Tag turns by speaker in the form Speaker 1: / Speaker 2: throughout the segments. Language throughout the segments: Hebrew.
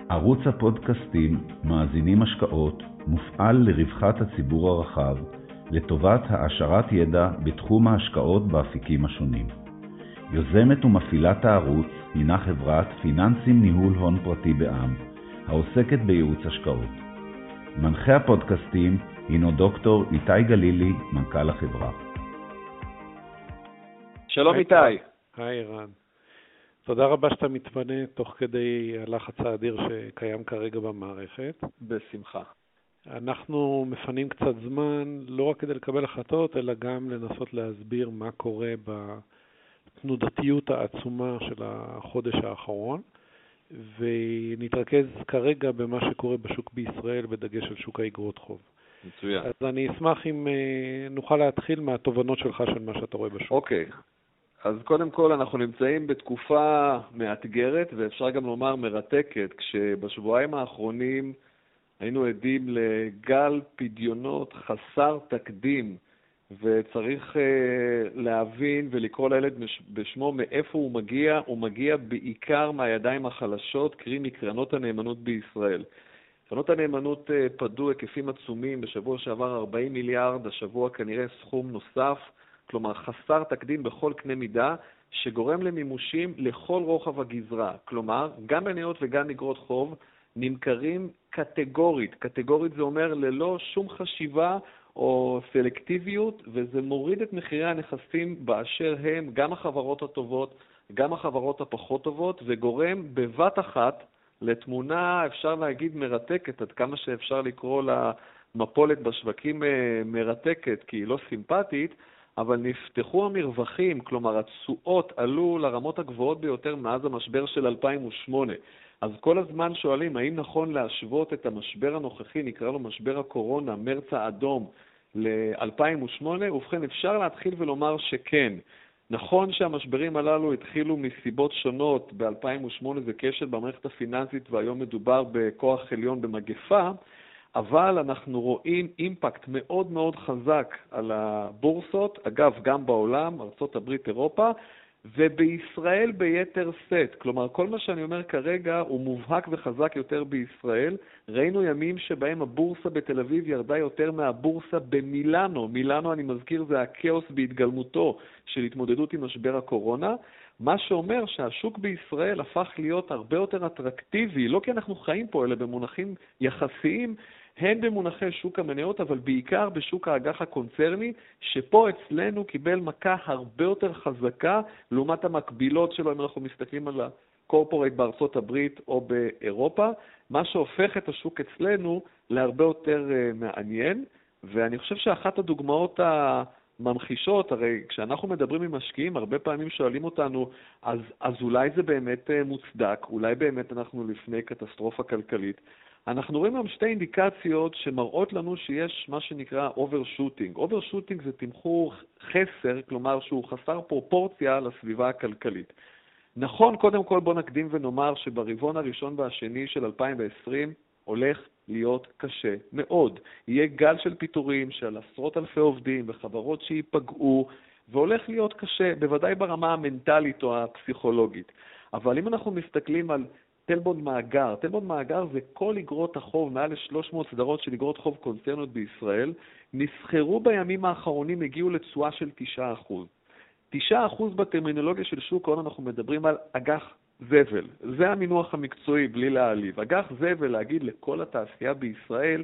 Speaker 1: ערוץ הפודקאסטים מאזינים השקעות מופעל לרווחת הציבור הרחב, לטובת העשרת ידע בתחום ההשקעות באפיקים השונים. יוזמת ומפעילת הערוץ הינה חברת פיננסים ניהול הון פרטי בע"מ, העוסקת בייעוץ השקעות. מנחה הפודקאסטים הינו דוקטור איתי גלילי, מנכ"ל החברה.
Speaker 2: שלום איתי.
Speaker 3: היי ערן. תודה רבה שאתה מתפנה תוך כדי הלחץ האדיר שקיים כרגע במערכת.
Speaker 2: בשמחה.
Speaker 3: אנחנו מפנים קצת זמן, לא רק כדי לקבל החלטות, אלא גם לנסות להסביר מה קורה בתנודתיות העצומה של החודש האחרון, ונתרכז כרגע במה שקורה בשוק בישראל, בדגש על שוק האגרות חוב.
Speaker 2: מצוין.
Speaker 3: אז אני אשמח אם נוכל להתחיל מהתובנות שלך של מה שאתה רואה בשוק.
Speaker 2: אוקיי. אז קודם כל אנחנו נמצאים בתקופה מאתגרת, ואפשר גם לומר מרתקת, כשבשבועיים האחרונים היינו עדים לגל פדיונות חסר תקדים, וצריך להבין ולקרוא לילד בשמו מאיפה הוא מגיע. הוא מגיע בעיקר מהידיים החלשות, קרי מקרנות הנאמנות בישראל. קרנות הנאמנות פדו היקפים עצומים, בשבוע שעבר 40 מיליארד, השבוע כנראה סכום נוסף, כלומר חסר תקדים בכל קנה מידה, שגורם למימושים לכל רוחב הגזרה. כלומר, גם מניות וגם אגרות חוב נמכרים קטגורית. קטגורית זה אומר ללא שום חשיבה או סלקטיביות, וזה מוריד את מחירי הנכסים באשר הם, גם החברות הטובות, גם החברות הפחות טובות, וגורם בבת אחת לתמונה, אפשר להגיד, מרתקת, עד כמה שאפשר לקרוא למפולת בשווקים מרתקת, כי היא לא סימפטית, אבל נפתחו המרווחים, כלומר התשואות עלו לרמות הגבוהות ביותר מאז המשבר של 2008. אז כל הזמן שואלים, האם נכון להשוות את המשבר הנוכחי, נקרא לו משבר הקורונה, מרץ האדום, ל-2008? ובכן, אפשר להתחיל ולומר שכן. נכון שהמשברים הללו התחילו מסיבות שונות, ב-2008 זה כשל במערכת הפיננסית, והיום מדובר בכוח עליון במגפה, אבל אנחנו רואים אימפקט מאוד מאוד חזק על הבורסות, אגב גם בעולם, ארצות הברית, אירופה, ובישראל ביתר סט. כלומר, כל מה שאני אומר כרגע הוא מובהק וחזק יותר בישראל. ראינו ימים שבהם הבורסה בתל אביב ירדה יותר מהבורסה במילאנו. מילאנו, אני מזכיר, זה הכאוס בהתגלמותו של התמודדות עם משבר הקורונה, מה שאומר שהשוק בישראל הפך להיות הרבה יותר אטרקטיבי, לא כי אנחנו חיים פה, אלא במונחים יחסיים, הן במונחי שוק המניות, אבל בעיקר בשוק האג"ח הקונצרני, שפה אצלנו קיבל מכה הרבה יותר חזקה, לעומת המקבילות שלו, אם אנחנו מסתכלים על הקורפורייט בארצות הברית או באירופה, מה שהופך את השוק אצלנו להרבה יותר מעניין, ואני חושב שאחת הדוגמאות ממחישות, הרי כשאנחנו מדברים עם משקיעים, הרבה פעמים שואלים אותנו, אז אולי זה באמת מוצדק, אולי באמת אנחנו לפני קטסטרופה כלכלית. אנחנו רואים גם שתי אינדיקציות שמראות לנו שיש מה שנקרא overshooting. overshooting זה תמחור חסר, כלומר שהוא חסר פרופורציה לסביבה הכלכלית. נכון, קודם כל בוא נקדים ונאמר שברבעון הראשון והשני של 2020 הולך להיות קשה מאוד. יהיה גל של פיטורים של עשרות אלפי עובדים וחברות שיפגעו, והולך להיות קשה, בוודאי ברמה המנטלית או הפסיכולוגית. אבל אם אנחנו מסתכלים על טלבון מאגר, טלבון מאגר זה כל אגרות החוב, מעל 300 סדרות של אגרות חוב קונצרניות בישראל, נסחרו בימים האחרונים, הגיעו לתשואה של 9%. 9% בטרמינולוגיה של שוק ההון אנחנו מדברים על אג"ח זבל. זה המינוח המקצועי, בלי להעליב. אג"ח זבל, להגיד לכל התעשייה בישראל,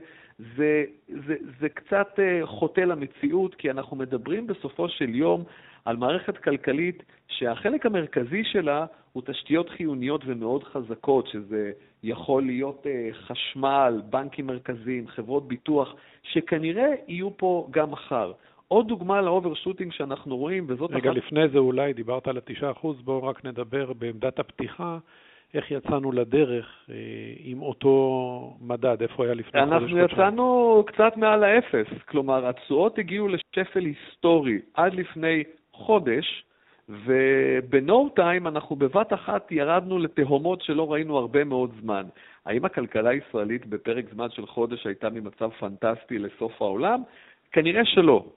Speaker 2: זה קצת חוטא למציאות, כי אנחנו מדברים בסופו של יום על מערכת כלכלית שהחלק המרכזי שלה הוא תשתיות חיוניות ומאוד חזקות, שזה יכול להיות חשמל, בנקים מרכזיים, חברות ביטוח, שכנראה יהיו פה גם מחר. עוד דוגמה לאוברשוטינג שאנחנו רואים, וזאת
Speaker 3: רגע, לפני זה אולי דיברת על 9%, בואו רק נדבר בעמדת הפתיחה, איך יצאנו לדרך עם אותו מדד, איפה היה לפני חודש?
Speaker 2: אנחנו יצאנו קצת מעל האפס, כלומר התשואות הגיעו לשפל היסטורי עד לפני חודש, ובנו טיים אנחנו בבת אחת ירדנו לתהומות שלא ראינו הרבה מאוד זמן. האם הכלכלה הישראלית בפרק זמן של חודש הייתה ממצב פנטסטי לסוף העולם? כנראה שלא.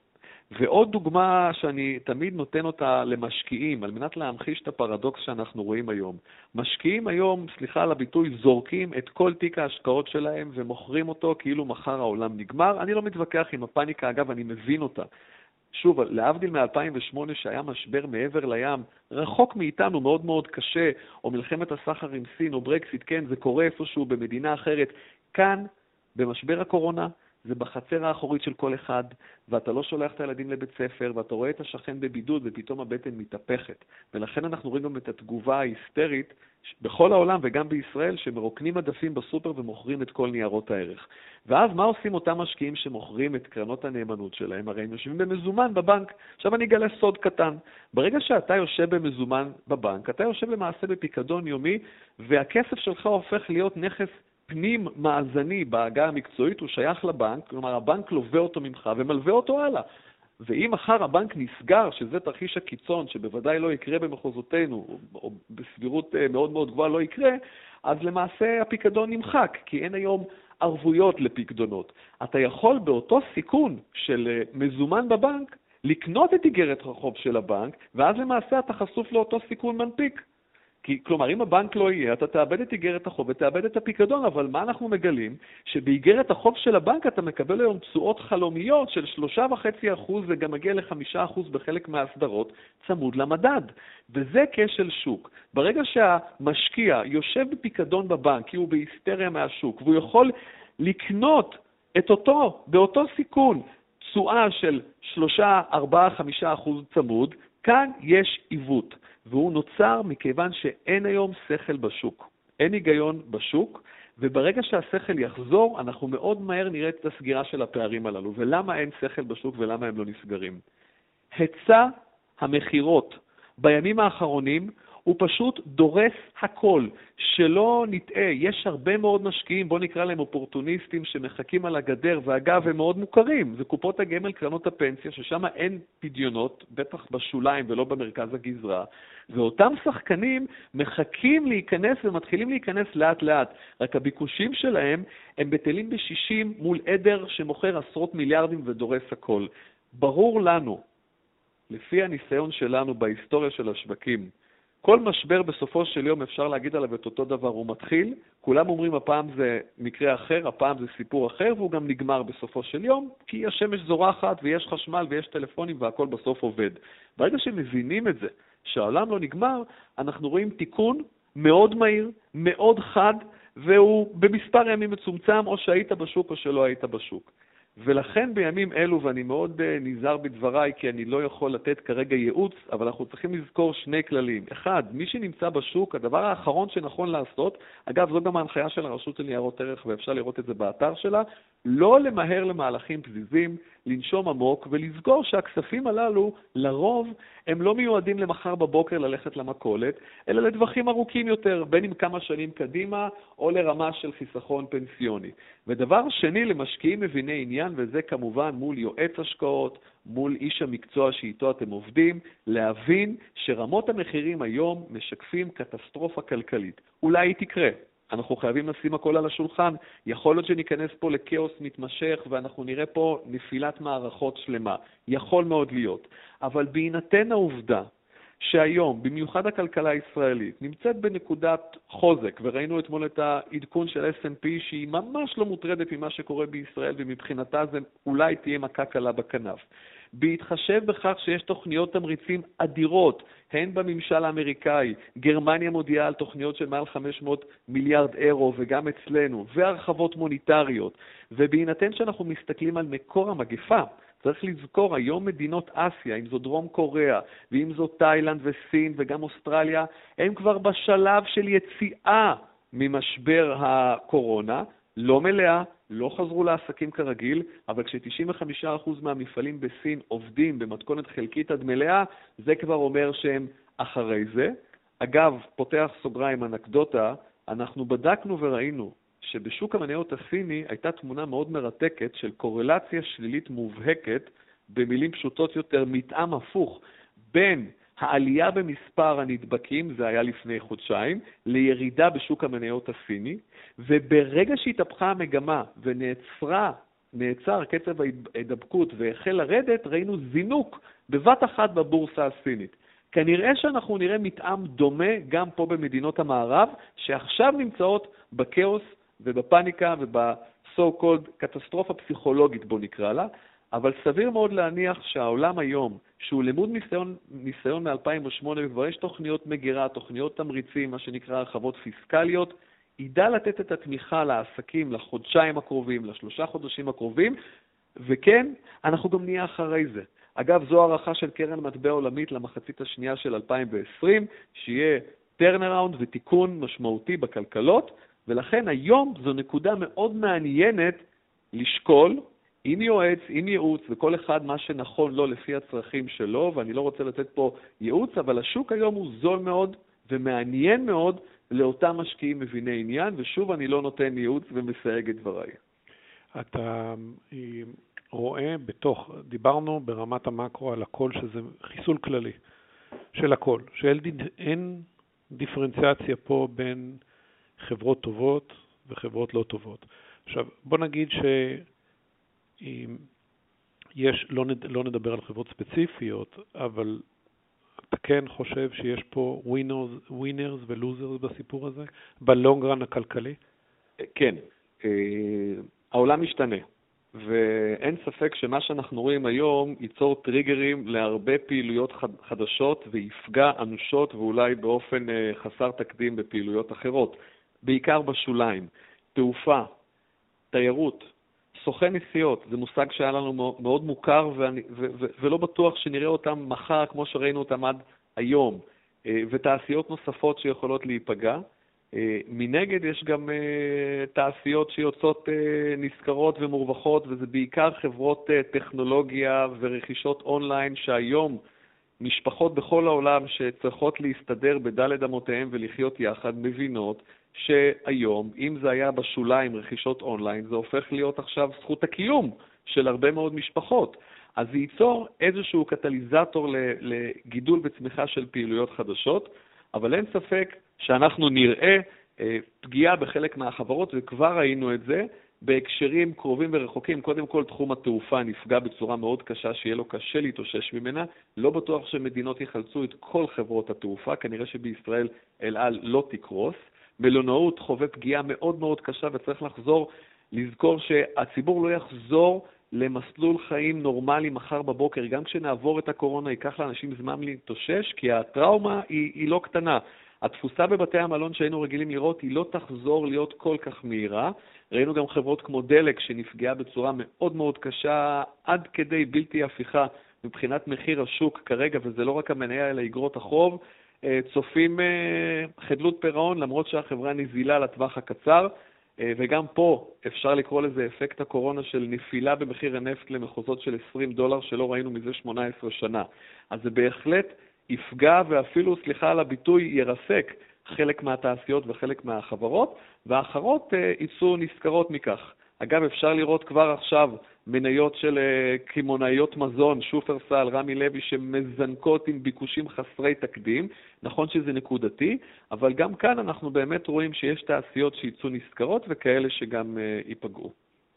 Speaker 2: ועוד דוגמה שאני תמיד נותן אותה למשקיעים, על מנת להמחיש את הפרדוקס שאנחנו רואים היום. משקיעים היום, סליחה על הביטוי, זורקים את כל תיק ההשקעות שלהם ומוכרים אותו כאילו מחר העולם נגמר. אני לא מתווכח עם הפאניקה, אגב, אני מבין אותה. שוב, להבדיל מ-2008 שהיה משבר מעבר לים, רחוק מאיתנו, מאוד מאוד קשה, או מלחמת הסחר עם סין או ברקסיט, כן, זה קורה איפשהו במדינה אחרת. כאן, במשבר הקורונה, זה בחצר האחורית של כל אחד, ואתה לא שולח את הילדים לבית ספר, ואתה רואה את השכן בבידוד, ופתאום הבטן מתהפכת. ולכן אנחנו רואים גם את התגובה ההיסטרית בכל העולם וגם בישראל, שמרוקנים מדפים בסופר ומוכרים את כל ניירות הערך. ואז מה עושים אותם משקיעים שמוכרים את קרנות הנאמנות שלהם? הרי הם יושבים במזומן בבנק. עכשיו אני אגלה סוד קטן. ברגע שאתה יושב במזומן בבנק, אתה יושב למעשה בפיקדון יומי, והכסף שלך הופך להיות נכס פנים מאזני בהגה המקצועית, הוא שייך לבנק, כלומר הבנק לווה אותו ממך ומלווה אותו הלאה. ואם אחר הבנק נסגר, שזה תרחיש הקיצון, שבוודאי לא יקרה במחוזותינו, או בסבירות מאוד מאוד גבוהה לא יקרה, אז למעשה הפיקדון נמחק, כי אין היום ערבויות לפיקדונות. אתה יכול באותו סיכון של מזומן בבנק, לקנות את איגרת החוב של הבנק, ואז למעשה אתה חשוף לאותו סיכון מנפיק. כלומר, אם הבנק לא יהיה, אתה תאבד את איגרת החוב ותאבד את הפיקדון, אבל מה אנחנו מגלים? שבאיגרת החוב של הבנק אתה מקבל היום תשואות חלומיות של 3.5%, זה גם מגיע ל5% בחלק מהסדרות, צמוד למדד. וזה כשל שוק. ברגע שהמשקיע יושב בפיקדון בבנק, כי הוא בהיסטריה מהשוק, והוא יכול לקנות את באותו סיכון, תשואה של 3, 4, 5% צמוד, כאן יש עיוות. והוא נוצר מכיוון שאין היום שכל בשוק. אין היגיון בשוק, וברגע שהשכל יחזור, אנחנו מאוד מהר נראה את הסגירה של הפערים הללו. ולמה אין שכל בשוק ולמה הם לא נסגרים? היצע המחירות בימים האחרונים הוא פשוט דורס הכל, שלא נטעה. יש הרבה מאוד משקיעים, בוא נקרא להם אופורטוניסטים, שמחכים על הגדר, ואגב הם מאוד מוכרים, זה קופות הגמל, קרנות הפנסיה, ששם אין פדיונות, בטח בשוליים ולא במרכז הגזרה, ואותם שחקנים מחכים להיכנס ומתחילים להיכנס לאט לאט, רק הביקושים שלהם הם בטלים ב-60 מול עדר שמוכר עשרות מיליארדים ודורס הכל. ברור לנו, לפי הניסיון שלנו בהיסטוריה של השווקים, כל משבר בסופו של יום אפשר להגיד עליו את אותו דבר, הוא מתחיל, כולם אומרים הפעם זה מקרה אחר, הפעם זה סיפור אחר, והוא גם נגמר בסופו של יום, כי השמש זורחת ויש חשמל ויש טלפונים והכל בסוף עובד. ברגע שמבינים את זה, שהעולם לא נגמר, אנחנו רואים תיקון מאוד מהיר, מאוד חד, והוא במספר ימים מצומצם, או שהיית בשוק או שלא היית בשוק. ולכן בימים אלו, ואני מאוד נזהר בדבריי, כי אני לא יכול לתת כרגע ייעוץ, אבל אנחנו צריכים לזכור שני כללים. אחד, מי שנמצא בשוק, הדבר האחרון שנכון לעשות, אגב, זו גם ההנחיה של הרשות לניירות ערך, ואפשר לראות את זה באתר שלה, לא למהר למהלכים פזיזים, לנשום עמוק, ולסגור שהכספים הללו, לרוב, הם לא מיועדים למחר בבוקר ללכת למכולת, אלא לטווחים ארוכים יותר, בין אם כמה שנים קדימה, או לרמה של חיסכון פנסיוני. ודבר שני, למשקיעים מביני עניין, וזה כמובן מול יועץ השקעות, מול איש המקצוע שאיתו אתם עובדים, להבין שרמות המחירים היום משקפים קטסטרופה כלכלית. אולי היא תקרה. אנחנו חייבים לשים הכל על השולחן. יכול להיות שניכנס פה לקאוס מתמשך ואנחנו נראה פה נפילת מערכות שלמה. יכול מאוד להיות. אבל בהינתן העובדה שהיום, במיוחד הכלכלה הישראלית, נמצאת בנקודת חוזק, וראינו אתמול את העדכון של S&P שהיא ממש לא מוטרדת ממה שקורה בישראל, ומבחינתה זה אולי תהיה מכה קלה בכנף. בהתחשב בכך שיש תוכניות תמריצים אדירות, הן בממשל האמריקאי, גרמניה מודיעה על תוכניות של מעל 500 מיליארד אירו, וגם אצלנו, והרחבות מוניטריות, ובהינתן שאנחנו מסתכלים על מקור המגפה, צריך לזכור, היום מדינות אסיה, אם זו דרום קוריאה, ואם זו תאילנד וסין וגם אוסטרליה, הם כבר בשלב של יציאה ממשבר הקורונה, לא מלאה, לא חזרו לעסקים כרגיל, אבל כש-95% מהמפעלים בסין עובדים במתכונת חלקית עד מלאה, זה כבר אומר שהם אחרי זה. אגב, פותח סוגריים אנקדוטה, אנחנו בדקנו וראינו שבשוק המניות הסיני הייתה תמונה מאוד מרתקת של קורלציה שלילית מובהקת, במילים פשוטות יותר, מתאם הפוך, בין העלייה במספר הנדבקים, זה היה לפני חודשיים, לירידה בשוק המניות הסיני, וברגע שהתהפכה המגמה ונעצרה נעצר קצב ההידבקות והחל לרדת, ראינו זינוק בבת אחת בבורסה הסינית. כנראה שאנחנו נראה מתאם דומה גם פה במדינות המערב, שעכשיו נמצאות בכאוס ובפניקה וב-so called קטסטרופה פסיכולוגית, בוא נקרא לה, אבל סביר מאוד להניח שהעולם היום, שהוא לימוד ניסיון מ-2008, וכבר יש תוכניות מגירה, תוכניות תמריצים, מה שנקרא הרחבות פיסקליות, ידע לתת את התמיכה לעסקים לחודשיים הקרובים, ל3 חודשים הקרובים, וכן, אנחנו גם נהיה אחרי זה. אגב, זו הערכה של קרן מטבע עולמית למחצית השנייה של 2020, שיהיה טרנראונד ותיקון משמעותי בכלכלות, ולכן היום זו נקודה מאוד מעניינת לשקול, עם יועץ, עם ייעוץ, וכל אחד מה שנכון לו לפי הצרכים שלו, ואני לא רוצה לתת פה ייעוץ, אבל השוק היום הוא זול מאוד ומעניין מאוד לאותם משקיעים מביני עניין, ושוב אני לא נותן ייעוץ ומסייג את דבריי.
Speaker 3: אתה רואה דיברנו ברמת המקרו על הכל, שזה חיסול כללי של הכל, שאין דיפרנציאציה פה בין חברות טובות וחברות לא טובות. עכשיו, בוא נגיד לא נדבר על חברות ספציפיות, אבל אתה כן חושב שיש פה winners ולוזרס בסיפור הזה, בלונגרן הכלכלי?
Speaker 2: כן, העולם משתנה, ואין ספק שמה שאנחנו רואים היום ייצור טריגרים להרבה פעילויות חדשות, ויפגע אנושות ואולי באופן חסר תקדים בפעילויות אחרות, בעיקר בשוליים, תעופה, תיירות, סוכן נסיעות, זה מושג שהיה לנו מאוד מוכר, ולא בטוח שנראה אותם מחר כמו שראינו אותם עד היום, ותעשיות נוספות שיכולות להיפגע. מנגד יש גם תעשיות שיוצאות נזכרות ומורווחות, וזה בעיקר חברות טכנולוגיה ורכישות אונליין, שהיום משפחות בכל העולם שצריכות להסתדר בדלת אמותיהם ולחיות יחד מבינות שהיום, אם זה היה בשוליים רכישות אונליין, זה הופך להיות עכשיו זכות הקיום של הרבה מאוד משפחות. אז זה ייצור איזשהו קטליזטור לגידול בצמיחה של פעילויות חדשות, אבל אין ספק שאנחנו נראה פגיעה בחלק מהחברות, וכבר ראינו את זה בהקשרים קרובים ורחוקים. קודם כל, תחום התעופה נפגע בצורה מאוד קשה, שיהיה לו קשה להתאושש ממנה. לא בטוח שמדינות יחלצו את כל חברות התעופה, כנראה שבישראל אל על לא תקרוס. מלונאות חווה פגיעה מאוד מאוד קשה, וצריך לזכור שהציבור לא יחזור למסלול חיים נורמלי מחר בבוקר. גם כשנעבור את הקורונה ייקח לאנשים זמן להתאושש, כי הטראומה היא לא קטנה. התפוסה בבתי המלון שהיינו רגילים לראות היא לא תחזור להיות כל כך מהירה. ראינו גם חברות כמו דלק שנפגעה בצורה מאוד מאוד קשה, עד כדי בלתי הפיכה מבחינת מחיר השוק כרגע, וזה לא רק המניה אלא אגרות החוב. צופים חדלות פירעון, למרות שהחברה נזילה לטווח הקצר, וגם פה אפשר לקרוא לזה אפקט הקורונה של נפילה במחיר הנפט למחוזות של $20 שלא ראינו מזה 18 שנה. אז זה בהחלט יפגע ואפילו, סליחה על הביטוי, ירסק חלק מהתעשיות וחלק מהחברות, והאחרות יצאו נזכרות מכך. אגב, אפשר לראות כבר עכשיו מניות של קמעונאיות מזון, שופרסל, רמי לוי, שמזנקות עם ביקושים חסרי תקדים. נכון שזה נקודתי, אבל גם כאן אנחנו באמת רואים שיש תעשיות שיצאו נזכרות וכאלה שגם ייפגעו.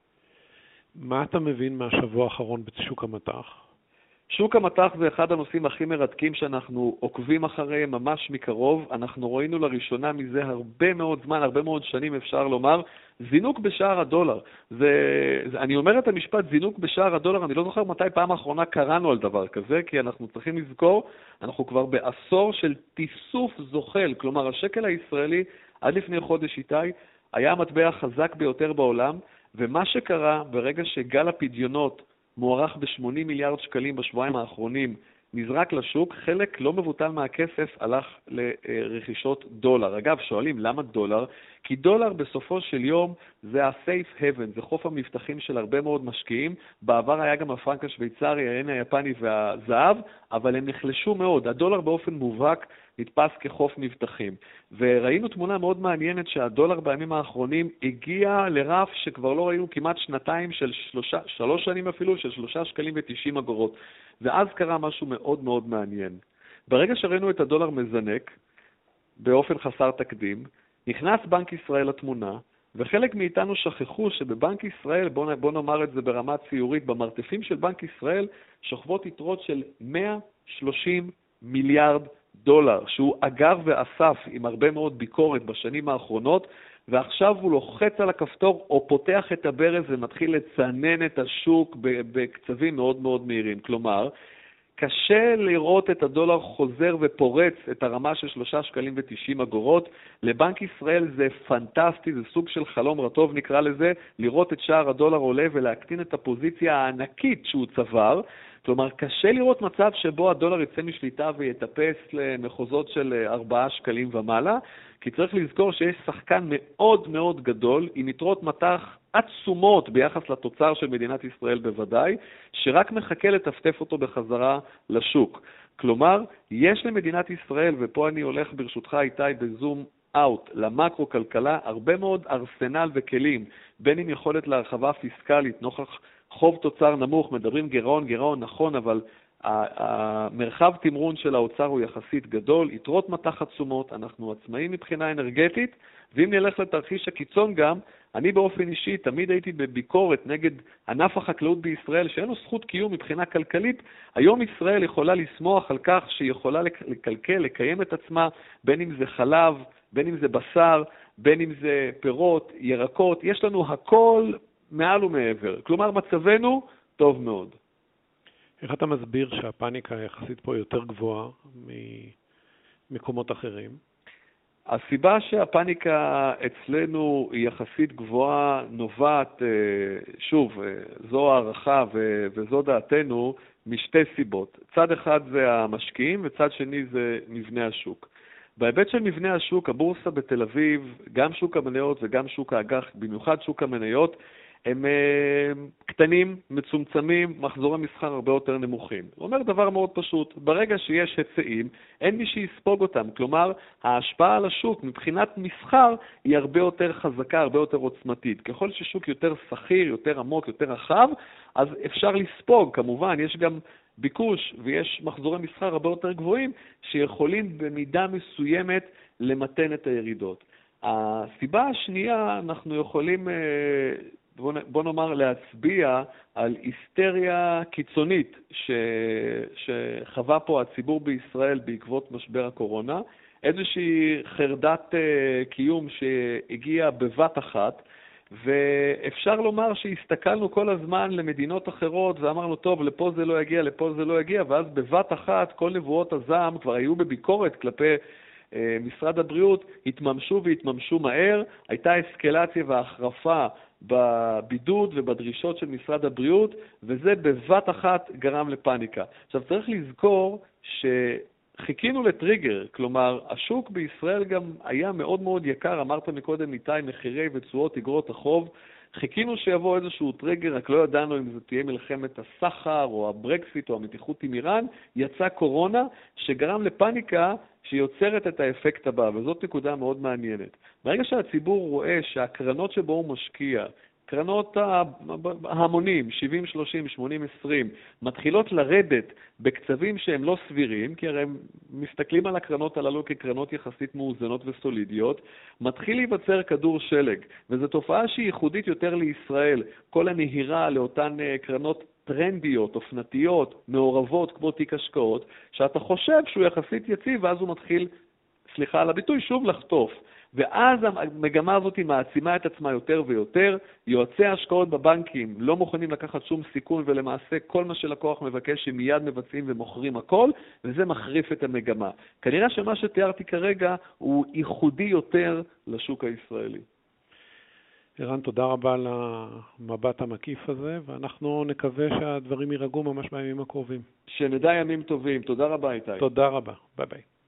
Speaker 3: מה אתה מבין מהשבוע האחרון בשוק המטח?
Speaker 2: שוק המטח זה אחד הנושאים הכי מרתקים שאנחנו עוקבים אחריהם ממש מקרוב. אנחנו ראינו לראשונה מזה הרבה מאוד זמן, הרבה מאוד שנים אפשר לומר, זינוק בשער הדולר. אני אומר את המשפט זינוק בשער הדולר, אני לא זוכר מתי פעם האחרונה קראנו על דבר כזה, כי אנחנו צריכים לזכור, אנחנו כבר בעשור של תיסוף זוחל, כלומר השקל הישראלי עד לפני חודש איתי היה המטבע החזק ביותר בעולם, ומה שקרה ברגע שגל הפדיונות מוערך ב-80 מיליארד שקלים בשבועיים האחרונים, נזרק לשוק, חלק לא מבוטל מהכסף הלך לרכישות דולר. אגב, שואלים למה דולר? כי דולר בסופו של יום זה ה-safe haven, זה חוף המבטחים של הרבה מאוד משקיעים. בעבר היה גם הפרנק השוויצרי, היין היפני והזהב, אבל הם נחלשו מאוד. הדולר באופן מובהק נתפס כחוף מבטחים. וראינו תמונה מאוד מעניינת שהדולר בימים האחרונים הגיע לרף שכבר לא ראינו כמעט שנתיים של 3 שנים אפילו, של 3.90 שקלים. ואז קרה משהו מאוד מאוד מעניין. ברגע שראינו את הדולר מזנק, באופן חסר תקדים, נכנס בנק ישראל לתמונה, וחלק מאיתנו שכחו שבבנק ישראל, בוא נאמר את זה ברמה ציורית, במרתפים של בנק ישראל שוכבות יתרות של 130 מיליארד דולר, שהוא אגר ואסף עם הרבה מאוד ביקורת בשנים האחרונות, ועכשיו הוא לוחץ על הכפתור או פותח את הברז ומתחיל לצנן את השוק בקצבים מאוד מאוד מהירים. כלומר, קשה לראות את הדולר חוזר ופורץ את הרמה של 3.90 שקלים. לבנק ישראל זה פנטסטי, זה סוג של חלום רטוב נקרא לזה, לראות את שער הדולר עולה ולהקטין את הפוזיציה הענקית שהוא צבר. כלומר, קשה לראות מצב שבו הדולר יצא משליטה ויטפס למחוזות של 4 שקלים ומעלה, כי צריך לזכור שיש שחקן מאוד מאוד גדול עם יתרות מטח עצומות ביחס לתוצר של מדינת ישראל בוודאי, שרק מחכה לטפטף אותו בחזרה לשוק. כלומר, יש למדינת ישראל, ופה אני הולך ברשותך איתי בזום אאוט למקרו-כלכלה, הרבה מאוד ארסנל וכלים, בין אם יכולת להרחבה פיסקלית נוכח חוב תוצר נמוך, מדברים גירעון נכון, אבל המרחב תמרון של האוצר הוא יחסית גדול, יתרות מטח עצומות, אנחנו עצמאים מבחינה אנרגטית, ואם נלך לתרחיש הקיצון גם, אני באופן אישי תמיד הייתי בביקורת נגד ענף החקלאות בישראל, שאין לו זכות קיום מבחינה כלכלית. היום ישראל יכולה לסמוך על כך שהיא יכולה לקיים את עצמה, בין אם זה חלב, בין אם זה בשר, בין אם זה פירות, ירקות, יש לנו הכל מעל ומעבר. כלומר, מצבנו טוב מאוד.
Speaker 3: איך אתה מסביר שהפאניקה יחסית פה יותר גבוהה ממקומות אחרים?
Speaker 2: הסיבה שהפאניקה אצלנו היא יחסית גבוהה נובעת, שוב, זו הערכה וזו דעתנו, משתי סיבות. צד אחד זה המשקיעים וצד שני זה מבנה השוק. בהיבט של מבנה השוק, הבורסה בתל אביב, גם שוק המניות וגם שוק האג"ח, במיוחד שוק המניות, הם קטנים, מצומצמים, מחזורי מסחר הרבה יותר נמוכים. הוא אומר דבר מאוד פשוט, ברגע שיש היצעים, אין מי שיספוג אותם. כלומר, ההשפעה על השוק מבחינת מסחר היא הרבה יותר חזקה, הרבה יותר עוצמתית. ככל ששוק יותר שכיר, יותר עמוק, יותר רחב, אז אפשר לספוג. כמובן, יש גם ביקוש ויש מחזורי מסחר הרבה יותר גבוהים, שיכולים במידה מסוימת למתן את הירידות. הסיבה השנייה, אנחנו יכולים בוא נאמר להצביע על היסטריה קיצונית שחווה פה הציבור בישראל בעקבות משבר הקורונה, איזושהי חרדת קיום שהגיעה בבת אחת, ואפשר לומר שהסתכלנו כל הזמן למדינות אחרות ואמרנו, טוב, לפה זה לא יגיע, לפה זה לא יגיע, ואז בבת אחת כל נבואות הזעם כבר היו בביקורת כלפי משרד הבריאות, התממשו והתממשו מהר, הייתה אסקלציה והחרפה בבידוד ובדרישות של משרד הבריאות, וזה בבת אחת גרם לפאניקה. עכשיו צריך לזכור שחיכינו לטריגר, כלומר השוק בישראל גם היה מאוד מאוד יקר, אמרת מקודם איתי, מחירי ותשואות אגרות החוב, חיכינו שיבוא איזשהו טריגר, רק לא ידענו אם זה תהיה מלחמת הסחר או הברקסיט או המתיחות עם איראן, יצא קורונה שגרם לפאניקה שיוצרת את האפקט הבא, וזאת נקודה מאוד מעניינת. ברגע שהציבור רואה שהקרנות שבו הוא משקיע, קרנות ההמונים, 70-30, 80-20, מתחילות לרדת בקצבים שהם לא סבירים, כי הרי הם מסתכלים על הקרנות הללו כקרנות יחסית מאוזנות וסולידיות, מתחיל להיווצר כדור שלג, וזו תופעה שהיא ייחודית יותר לישראל, כל הנהירה לאותן קרנות טרנדיות, אופנתיות, מעורבות כמו תיק השקעות, שאתה חושב שהוא יחסית יציב, ואז הוא מתחיל, סליחה על הביטוי, שוב לחטוף. ואז המגמה הזאת מעצימה את עצמה יותר ויותר, יועצי ההשקעות בבנקים לא מוכנים לקחת שום סיכון, ולמעשה כל מה שלקוח מבקש הם מיד מבצעים ומוכרים הכל, וזה מחריף את המגמה. כנראה שמה שתיארתי כרגע הוא ייחודי יותר לשוק הישראלי.
Speaker 3: ערן, תודה רבה על המבט המקיף הזה, ואנחנו נקווה שהדברים יירגעו ממש בימים הקרובים.
Speaker 2: שנדע ימים טובים. תודה רבה איתי.
Speaker 3: תודה רבה. ביי ביי.